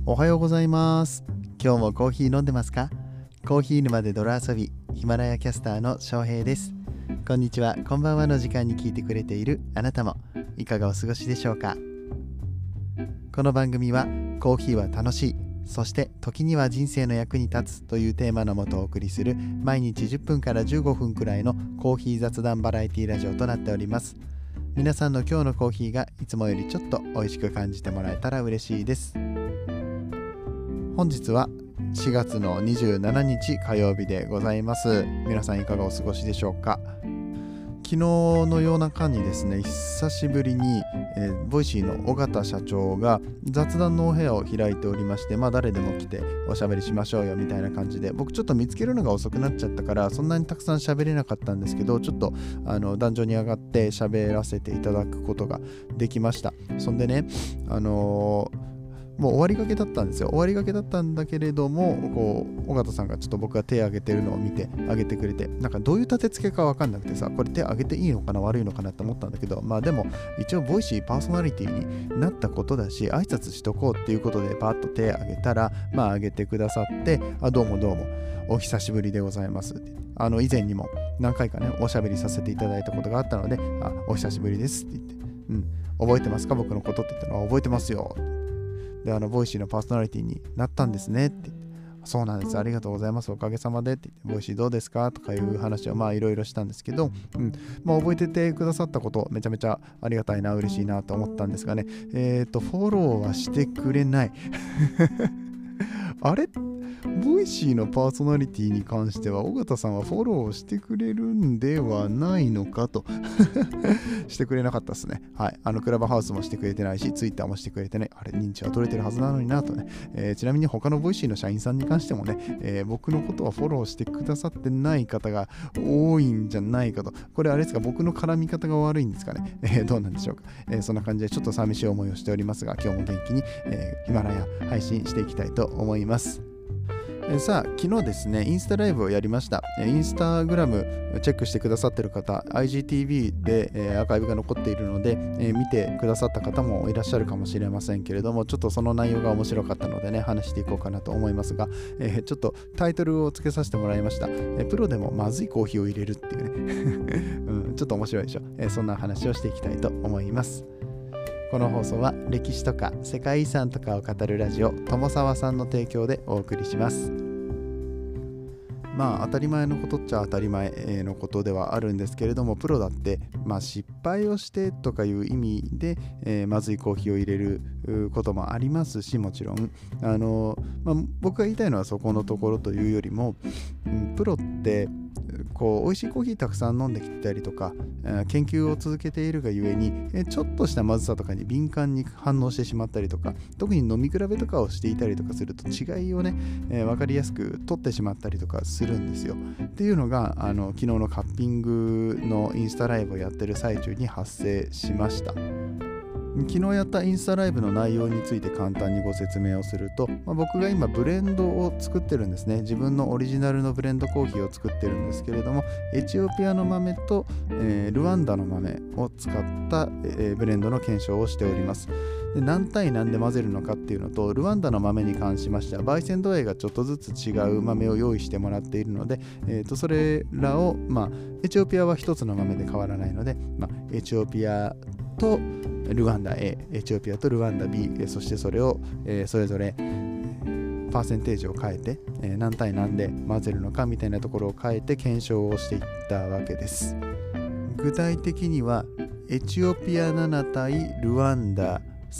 おはようございます。今日もコーヒー飲んでますか？コーヒー沼で泥遊び、ヒマラヤキャスターの翔平です。こんにちは、こんばんはの時間に聞いてくれているあなたもいかがお過ごしでしょうか？この番組はコーヒーは楽しい、そして時には人生の役に立つというテーマのもとお送りする毎日10分から15分くらいのコーヒー雑談バラエティラジオとなっております。皆さんの今日のコーヒーがいつもよりちょっと美味しく感じてもらえたら嬉しいです。本日は4月の27日火曜日でございます。皆さんいかがお過ごしでしょうか？昨日の夜中にですね、久しぶりに、ボイシーの尾形社長が雑談のお部屋を開いておりまして、誰でも来ておしゃべりしましょうよみたいな感じで、僕ちょっと見つけるのが遅くなっちゃったからそんなにたくさん喋れなかったんですけど、ちょっと壇上に上がって喋らせていただくことができました。そんでね、もう終わりがけだったんですよ。終わりがけだったんだけれども、尾形さんがちょっと僕が手を挙げてるのを見て挙げてくれて、なんかどういう立て付けか分かんなくてさ、これ手を挙げていいのかな悪いのかなって思ったんだけど、でも一応ボイシーパーソナリティになったことだし、挨拶しとこうっていうことでパッと手を挙げたら、挙げてくださって、どうもお久しぶりでございますって、以前にも何回かねおしゃべりさせていただいたことがあったので、お久しぶりですって言って、覚えてますか僕のことって言ったら、覚えてますよ。で、ボイシーのパーソナリティになったんですねって言って、そうなんです、ありがとうございます、おかげさまでって言って、ボイシーどうですかとかいう話をいろいろしたんですけど、覚えててくださったことめちゃめちゃありがたいな、嬉しいなと思ったんですがね、フォローはしてくれないあれ、ボイシーのパーソナリティに関しては尾形さんはフォローしてくれるんではないのかとしてくれなかったですね。はい。クラブハウスもしてくれてないし、ツイッターもしてくれてね、あれ、認知は取れてるはずなのになとね。ちなみに他のボイシーの社員さんに関してもね、僕のことはフォローしてくださってない方が多いんじゃないかと。これあれですか、僕の絡み方が悪いんですかね。どうなんでしょうか。そんな感じでちょっと寂しい思いをしておりますが、今日も元気に、ヒマラヤ配信していきたいと思います。さあ、昨日ですね、インスタライブをやりました。インスタグラムチェックしてくださっている方、IGTV で、アーカイブが残っているので、見てくださった方もいらっしゃるかもしれませんけれども、ちょっとその内容が面白かったのでね、話していこうかなと思いますが、ちょっとタイトルをつけさせてもらいました。プロでもまずいコーヒーを入れるっていうね、ちょっと面白いでしょ。そんな話をしていきたいと思います。この放送は歴史とか世界遺産とかを語るラジオ友沢さんの提供でお送りします。当たり前のことっちゃ当たり前のことではあるんですけれども、プロだって失敗をしてとかいう意味で、まずいコーヒーを入れることもありますし、もちろん僕が言いたいのはそこのところというよりも、プロって美味しいコーヒーたくさん飲んできたりとか、研究を続けているがゆえに、ちょっとしたまずさとかに敏感に反応してしまったりとか、特に飲み比べとかをしていたりとかすると違いをね、分かりやすく取ってしまったりとかするんですよ。っていうのが昨日のカッピングのインスタライブをやってる最中に発生しました。昨日やったインスタライブの内容について簡単にご説明をすると、僕が今ブレンドを作ってるんですね。自分のオリジナルのブレンドコーヒーを作ってるんですけれども、エチオピアの豆と、ルワンダの豆を使った、ブレンドの検証をしております。で、何対何で混ぜるのかっていうのと、ルワンダの豆に関しましては焙煎度合いがちょっとずつ違う豆を用意してもらっているので、それらを、エチオピアは一つの豆で変わらないので、エチオピアとルワンダ A、エチオピアとルワンダ B、そしてそれを、それぞれパーセンテージを変えて、何対何で混ぜるのかみたいなところを変えて検証をしていったわけです。具体的にはエチオピア7対ルワンダ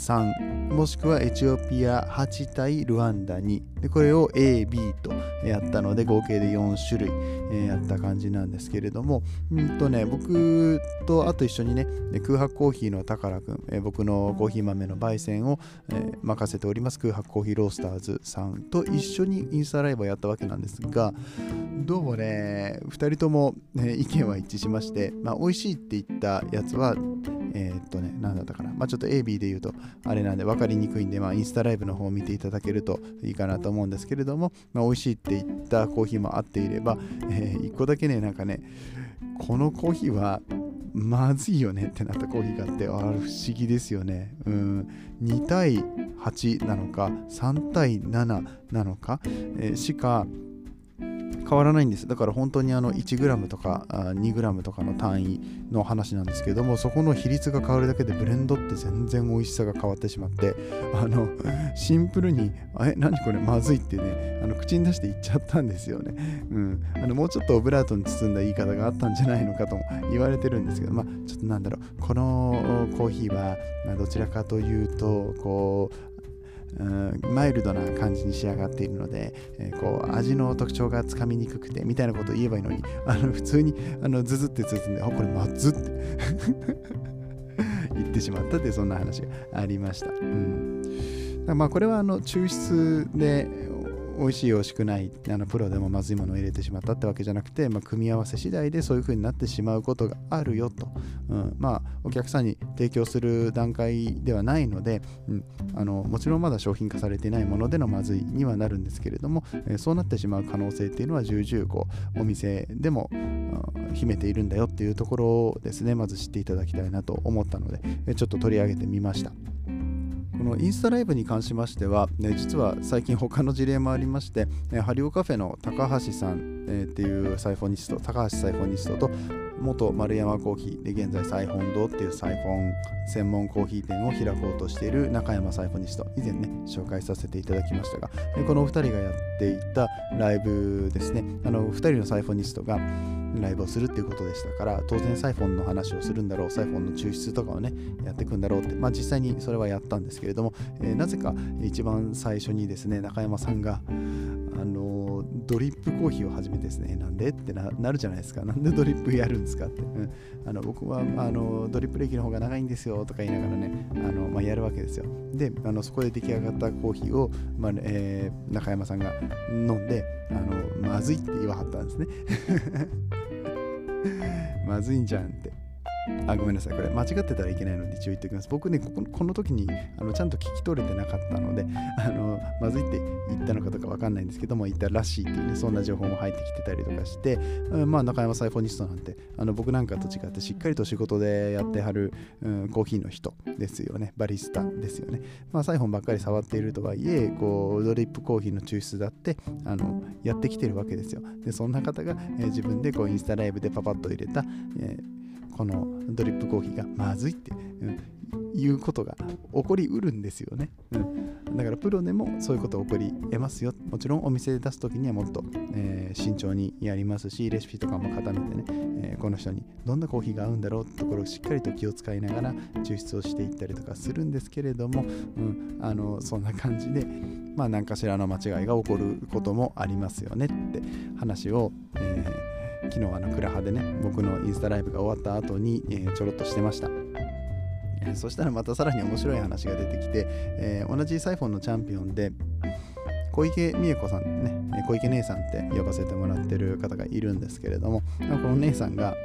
3、もしくはエチオピア8対ルワンダ2で、これを A、B とやったので合計で4種類やった感じなんですけれども、僕とあと一緒にね空白コーヒーの宝くん、僕のコーヒー豆の焙煎を任せております空白コーヒーロースターズさんと一緒にインスタライブをやったわけなんですが、どうもね2人とも、意見は一致しまして、美味しいって言ったやつは何だったかな、ちょっと AB で言うとあれなんで分かりにくいんで、インスタライブの方を見ていただけるといいかなと思うんですけれども、美味しいって言ったコーヒーもあっていれば、1個だけねこのコーヒーはまずいよねってなったコーヒーがあって、あれ不思議ですよね。2対8なのか3対7なのか、しか変わらないんです。だから本当に1g とか2g とかの単位の話なんですけれども、そこの比率が変わるだけでブレンドって全然美味しさが変わってしまって、シンプルに何これまずいってね、口に出して言っちゃったんですよね。もうちょっとオブラートに包んだ言い方があったんじゃないのかとも言われてるんですけど、ちょっとこのコーヒーはどちらかというとマイルドな感じに仕上がっているので、味の特徴がつかみにくくてみたいなことを言えばいいのに、普通にズズって包んで、これまずって言ってしまったって、そんな話がありました。これは抽出で美味しい美味しくないプロでもまずいものを入れてしまったってわけじゃなくて、組み合わせ次第でそういう風になってしまうことがあるよと、お客さんに提供する段階ではないので、もちろんまだ商品化されていないものでのまずいにはなるんですけれども、そうなってしまう可能性っていうのは重々お店でも秘めているんだよっていうところをですね、まず知っていただきたいなと思ったので、ちょっと取り上げてみました。このインスタライブに関しましては、実は最近他の事例もありまして、ハリオカフェの高橋さん、っていうサイフォニスト、高橋サイフォニストと元丸山コーヒーで現在サイフォン堂っていうサイフォン専門コーヒー店を開こうとしている中山サイフォニスト、以前ね紹介させていただきましたが、このお二人がやっていたライブですね、2人のサイフォニストがライブをするっていうことでしたから、当然サイフォンの話をするんだろう、サイフォンの抽出とかをねやっていくんだろうって、実際にそれはやったんですけれども、なぜか一番最初にですね、中山さんがドリップコーヒーを始めてですね、なんでって なるじゃないですか。なんでドリップやるんですかって、僕はドリップ歴の方が長いんですよとか言いながらね、やるわけですよ。でそこで出来上がったコーヒーを、中山さんが飲んでまずいって言わはったんですね。まずいんじゃんって。ごめんなさい、これ間違ってたらいけないので一応言っておきます。僕ね、この時にちゃんと聞き取れてなかったので、まずいって言ったのかとかわかんないんですけども、言ったらしいっていうね、そんな情報も入ってきてたりとかして、中山サイフォニストなんて僕なんかと違ってしっかりと仕事でやってはる、コーヒーの人ですよね、バリスタですよね。サイフォンばっかり触っているとはいえ、ドリップコーヒーの抽出だってやってきてるわけですよ。でそんな方が、自分でインスタライブでパパッと入れた、このドリップコーヒーがまずいって、いうことが起こりうるんですよね。だからプロでもそういうこと起こり得ますよ。もちろんお店で出すときにはもっと、慎重にやりますし、レシピとかも固めてね、この人にどんなコーヒーが合うんだろうってところをしっかりと気を使いながら抽出をしていったりとかするんですけれども、そんな感じで何かしらの間違いが起こることもありますよねって話を、昨日クラハでね、僕のインスタライブが終わった後に、ちょろっとしてました。そしたらまたさらに面白い話が出てきて、同じサイフォンのチャンピオンで小池美恵子さんね、小池姉さんって呼ばせてもらってる方がいるんですけれども、この姉さんが、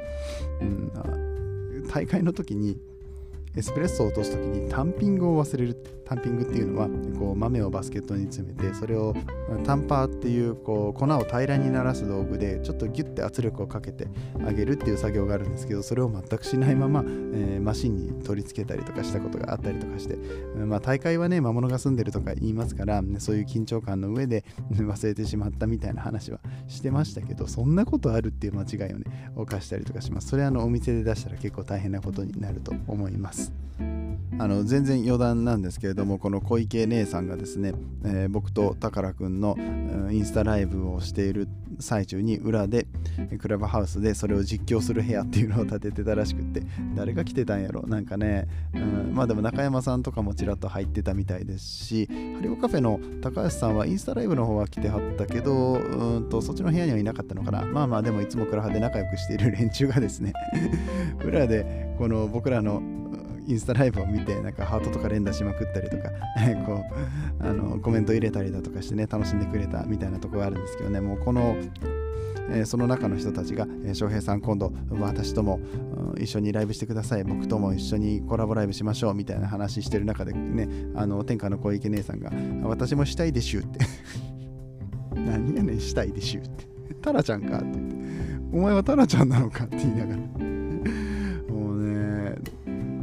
大会の時にエスプレッソを落とすときにタンピングを忘れる。タンピングっていうのは豆をバスケットに詰めて、それをタンパーっていう粉を平らにならす道具でちょっとギュッて圧力をかけてあげるっていう作業があるんですけど、それを全くしないまま、マシンに取り付けたりとかしたことがあったりとかして、大会はね魔物が住んでるとか言いますから、そういう緊張感の上で忘れてしまったみたいな話はしてましたけど、そんなことあるっていう間違いをね犯したりとかします。それお店で出したら結構大変なことになると思います。全然余談なんですけれども、この小池姉さんがですね、僕と宝くんのインスタライブをしている最中に裏でクラブハウスでそれを実況する部屋っていうのを建ててたらしくって、誰が来てたんやろなんかね、でも中山さんとかもちらっと入ってたみたいですし、ハリオカフェの高橋さんはインスタライブの方は来てはったけど、そっちの部屋にはいなかったのかな。でもいつもクラハで仲良くしている連中がですね裏でこの僕らのインスタライブを見てハートとか連打しまくったりとかコメント入れたりだとかしてね、楽しんでくれたみたいなところがあるんですけどね、もうその中の人たちが、翔平さん今度私とも一緒にライブしてください、僕とも一緒にコラボライブしましょうみたいな話してる中でね、天下の小池姉さんが私もしたいでしゅって何やねんしたいでしゅってタラちゃんかって言って、お前はタラちゃんなのかって言いながら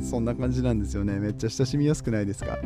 そんな感じなんですよね。めっちゃ親しみやすくないですか？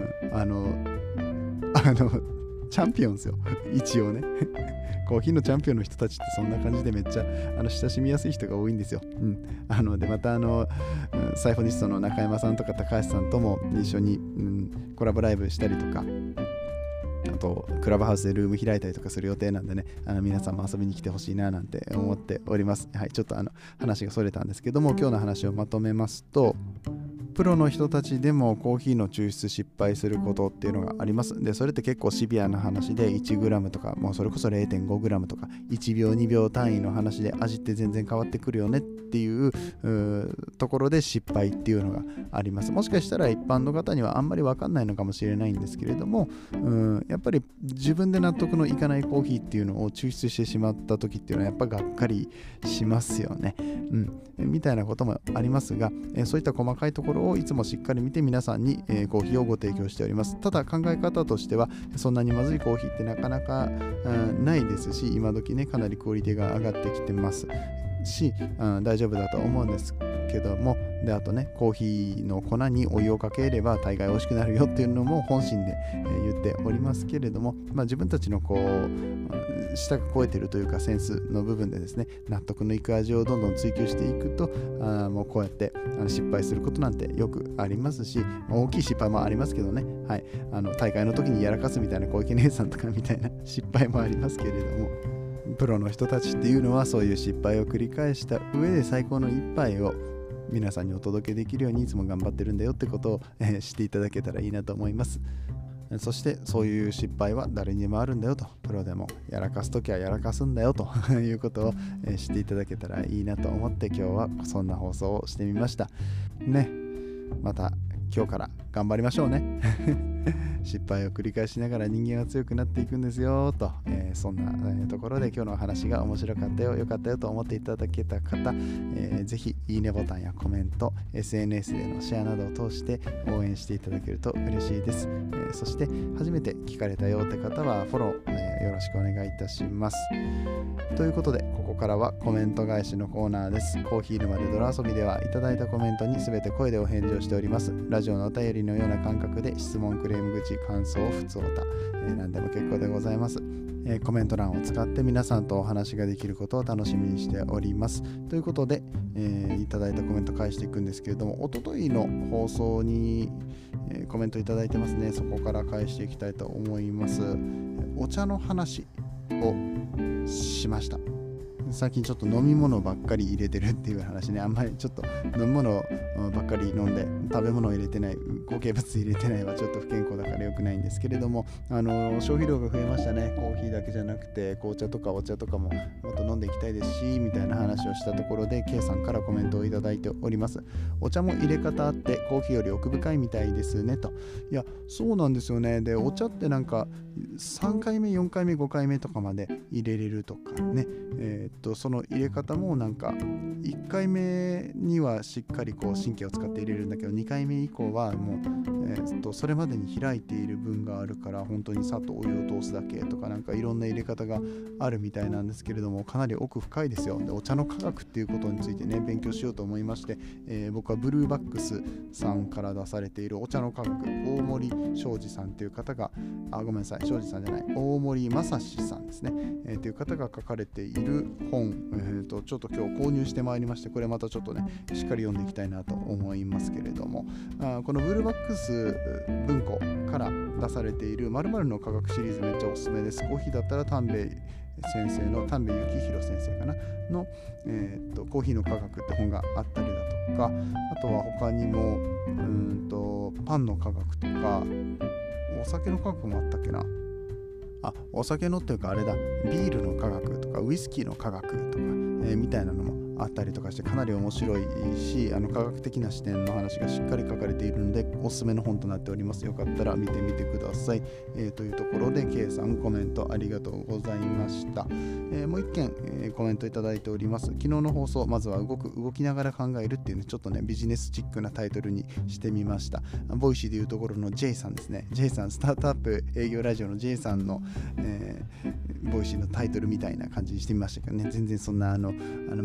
チャンピオンですよ一応ねコーヒーのチャンピオンの人たちってそんな感じでめっちゃ親しみやすい人が多いんですよ。でまたサイフォニストの中山さんとか高橋さんとも一緒に、コラボライブしたりとか、あとクラブハウスでルーム開いたりとかする予定なんでね、皆さんも遊びに来てほしいななんて思っております。はい、ちょっと話がそれたんですけども、今日の話をまとめますと、プロの人たちでもコーヒーの抽出失敗することっていうのがあります。でそれって結構シビアな話で 1g とかもうそれこそ 0.5g とか1秒2秒単位の話で味って全然変わってくるよねっていうところで失敗っていうのがあります。もしかしたら一般の方にはあんまり分かんないのかもしれないんですけれども、やっぱり自分で納得のいかないコーヒーっていうのを抽出してしまった時っていうのはやっぱがっかりしますよね。みたいなこともありますが、そういった細かいところをいつもしっかり見て皆さんに、コーヒーをご提供しております。ただ考え方としてはそんなにまずいコーヒーってなかなかないですし、今時ねかなりクオリティが上がってきてますし、大丈夫だと思うんですけども、であとねコーヒーの粉にお湯をかければ大概美味しくなるよっていうのも本心で、言っておりますけれども、自分たちの舌が超えてるというかセンスの部分でですね、納得のいく味をどんどん追求していくともうこうやって失敗することなんてよくありますし、大きい失敗もありますけどね、はい、大会の時にやらかすみたいな小池姉さんとかみたいな失敗もありますけれども、プロの人たちっていうのはそういう失敗を繰り返した上で最高の一杯を皆さんにお届けできるようにいつも頑張ってるんだよってことを、知っていただけたらいいなと思います。そしてそういう失敗は誰にでもあるんだよと、プロでもやらかすときはやらかすんだよということを、知っていただけたらいいなと思って今日はそんな放送をしてみましたね。また今日から頑張りましょうね失敗を繰り返しながら人間は強くなっていくんですよと、そんな、ところで今日の話が面白かったよ、良かったよと思っていただけた方、ぜひいいねボタンやコメント、 SNS でのシェアなどを通して応援していただけると嬉しいです。そして初めて聞かれたよって方はフォロー、よろしくお願いいたします。ということでここからはコメント返しのコーナーです。コーヒー沼で泥遊びではいただいたコメントに全て声でお返事をしております。ラジオのお便りのような感覚で質問、クレーム口、感想、ふつおた、何でも結構でございます。コメント欄を使って皆さんとお話ができることを楽しみにしております。ということで、いただいたコメント返していくんですけれども、一昨日の放送に、コメントいただいてますね。そこから返していきたいと思います。お茶の話をしました。最近ちょっと飲み物ばっかり入れてるっていう話ね。あんまりちょっと飲み物ばっかり飲んで食べ物を入れてない、固形物入れてないはちょっと不健康だから良くないんですけれども、消費量が増えましたね。コーヒーだけじゃなくて紅茶とかお茶とかももっと飲んでいきたいですしみたいな話をしたところで K さんからコメントをいただいております。お茶も入れ方あってコーヒーより奥深いみたいですねと。いやそうなんですよね。でお茶ってなんか3回目4回目5回目とかまで入れれるとかね、その入れ方もなんか1回目にはしっかりこう神経を使って入れるんだけど2回目以降はもう、それまでに開いている分があるから本当にさっとお湯を通すだけとかなんかいろんな入れ方があるみたいなんですけれども、かなり奥深いですよ。でお茶の科学っていうことについてね勉強しようと思いまして、僕はブルーバックスさんから出されているお茶の科学、大森庄司さんっていう方がごめんなさい庄司さんじゃない大森正史さんですね、っていう方が書かれている本、ちょっと今日購入してまいりまして、これまたちょっとねしっかり読んでいきたいなと思いますけれども、このブルーバックス文庫から出されている〇〇の科学シリーズめっちゃおすすめです。コーヒーだったら丹兵衛先生の丹兵衛幸宏先生かなの、コーヒーの科学って本があったりだとか、あとは他にもパンの科学とかお酒の科学もあったっけな、お酒のっていうかあれだ、ビールの科学とかウイスキーの科学とか、みたいなのもあったりとかしてかなり面白いし、科学的な視点の話がしっかり書かれているのでおすすめの本となっております。よかったら見てみてください。というところで K さんコメントありがとうございました。もう一件、コメントいただいております。昨日の放送、まずは動きながら考えるっていうね、ちょっとねビジネスチックなタイトルにしてみました。ボイシーでいうところの J さんですね。 J さん、スタートアップ営業ラジオの J さんの、ボイシーのタイトルみたいな感じにしてみましたけどね、全然そんな学びチャン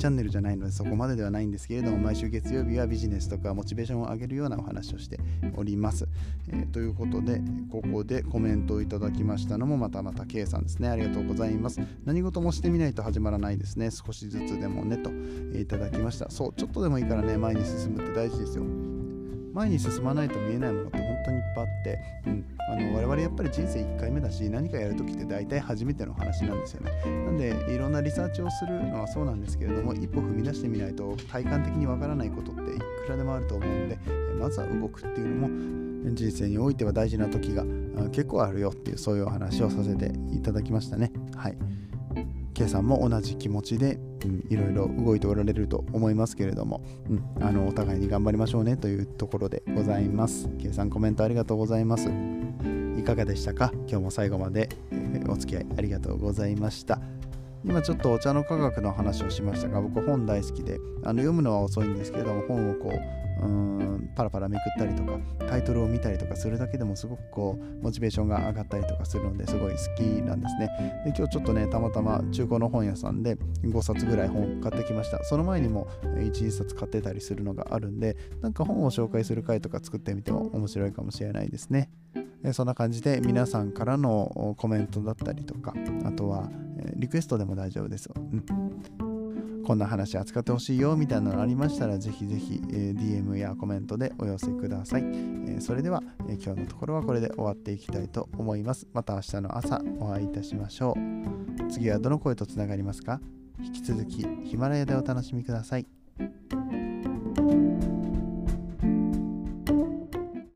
ャンネルじゃないのでそこまでではないんですけれども、毎週月曜日はビジネスとかモチベーションを上げるようなお話をしております。ということで、ここでコメントをいただきましたのもまた K さんですね。ありがとうございます。何事もしてみないと始まらないですね。少しずつでもねといただきました。そう、ちょっとでもいいからね、前に進むって大事ですよ。前に進まないと見えないものって本当にいっぱいあって、我々やっぱり人生1回目だし、何かやるときって大体初めての話なんですよね。なんでいろんなリサーチをするのはそうなんですけれども、一歩踏み出してみないと体感的にわからないことっていくらでもあると思うんで、まずは動くっていうのも人生においては大事な時が結構あるよっていう、そういうお話をさせていただきましたね。はい。K さんも同じ気持ちで、いろいろ動いておられると思いますけれども、お互いに頑張りましょうねというところでございます。K さんコメントありがとうございます。いかがでしたか？今日も最後までお付き合いありがとうございました。今ちょっとお茶の科学の話をしましたが、僕本大好きで読むのは遅いんですけれども、本をパラパラめくったりとかタイトルを見たりとかするだけでもすごくモチベーションが上がったりとかするので、すごい好きなんですね。で、今日ちょっとね、たまたま中古の本屋さんで5冊ぐらい本買ってきました。その前にも1冊買ってたりするのがあるんで、なんか本を紹介する回とか作ってみても面白いかもしれないですね。そんな感じで皆さんからのコメントだったりとか、あとはリクエストでも大丈夫です。こんな話扱ってほしいよみたいなのありましたら、ぜひぜひ、DM やコメントでお寄せください。それでは、今日のところはこれで終わっていきたいと思います。また明日の朝お会いいたしましょう。次はどの声とつながりますか？引き続きヒマラヤでお楽しみください。